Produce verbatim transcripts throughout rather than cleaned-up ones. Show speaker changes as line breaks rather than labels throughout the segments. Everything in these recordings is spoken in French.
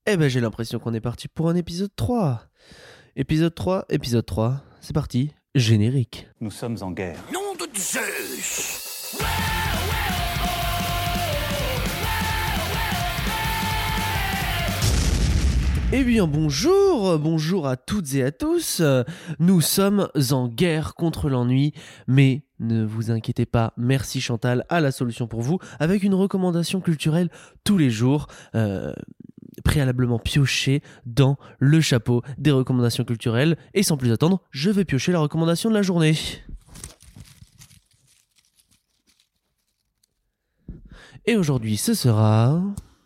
Eh ben j'ai l'impression qu'on est parti pour un épisode trois. Épisode trois, épisode trois, c'est parti, générique.
Nous sommes en guerre.
Nom de Zeus!
Eh bien bonjour, bonjour à toutes et à tous. Nous sommes en guerre contre l'ennui, mais ne vous inquiétez pas, merci Chantal a la solution pour vous, avec une recommandation culturelle tous les jours, euh, préalablement piochée dans le chapeau des recommandations culturelles. Et sans plus attendre, je vais piocher la recommandation de la journée. Et aujourd'hui ce sera...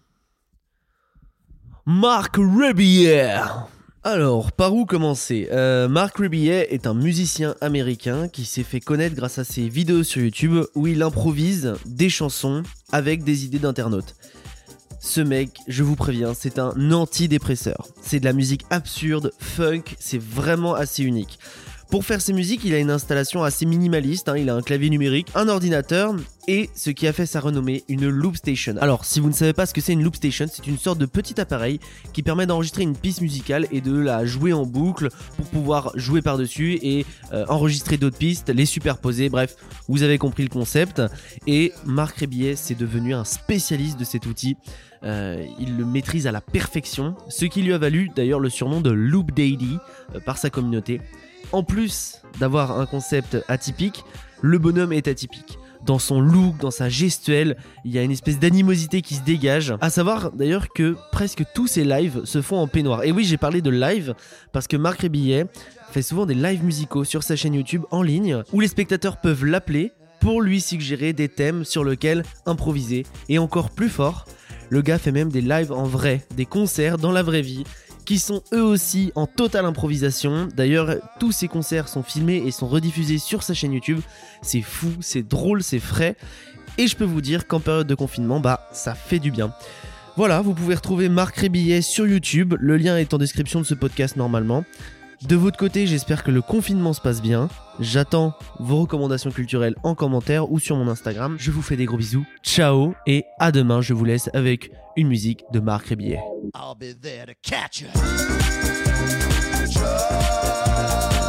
Marc Rebillet. Alors, par où commencer ? euh, Marc Rebillet est un musicien américain qui s'est fait connaître grâce à ses vidéos sur YouTube où il improvise des chansons avec des idées d'internautes. Ce mec, je vous préviens, c'est un antidépresseur. C'est de la musique absurde, funk, c'est vraiment assez unique. Pour faire ses musiques, il a une installation assez minimaliste, hein. Il a un clavier numérique, un ordinateur et ce qui a fait sa renommée, une loop station. Alors, si vous ne savez pas ce que c'est une loop station, c'est une sorte de petit appareil qui permet d'enregistrer une piste musicale et de la jouer en boucle pour pouvoir jouer par-dessus et euh, enregistrer d'autres pistes, les superposer, bref, vous avez compris le concept. Et Marc Rebillet, c'est devenu un spécialiste de cet outil. Euh, il le maîtrise à la perfection, ce qui lui a valu d'ailleurs le surnom de Loop Daddy euh, par sa communauté. En plus d'avoir un concept atypique, le bonhomme est atypique. Dans son look, dans sa gestuelle, il y a une espèce d'animosité qui se dégage. À savoir d'ailleurs que presque tous ses lives se font en peignoir. Et oui, j'ai parlé de live parce que Marc Rebillet fait souvent des lives musicaux sur sa chaîne YouTube en ligne où les spectateurs peuvent l'appeler pour lui suggérer des thèmes sur lesquels improviser. Et encore plus fort, le gars fait même des lives en vrai, des concerts dans la vraie vie, qui sont eux aussi en totale improvisation. D'ailleurs, tous ces concerts sont filmés et sont rediffusés sur sa chaîne YouTube. C'est fou, c'est drôle, c'est frais. Et je peux vous dire qu'en période de confinement, bah, ça fait du bien. Voilà, vous pouvez retrouver Marc Rebillet sur YouTube. Le lien est en description de ce podcast normalement. De votre côté, j'espère que le confinement se passe bien. J'attends vos recommandations culturelles en commentaire ou sur mon Instagram. Je vous fais des gros bisous. Ciao et à demain. Je vous laisse avec une musique de Marc Rebillet.
I'll be there to catch you.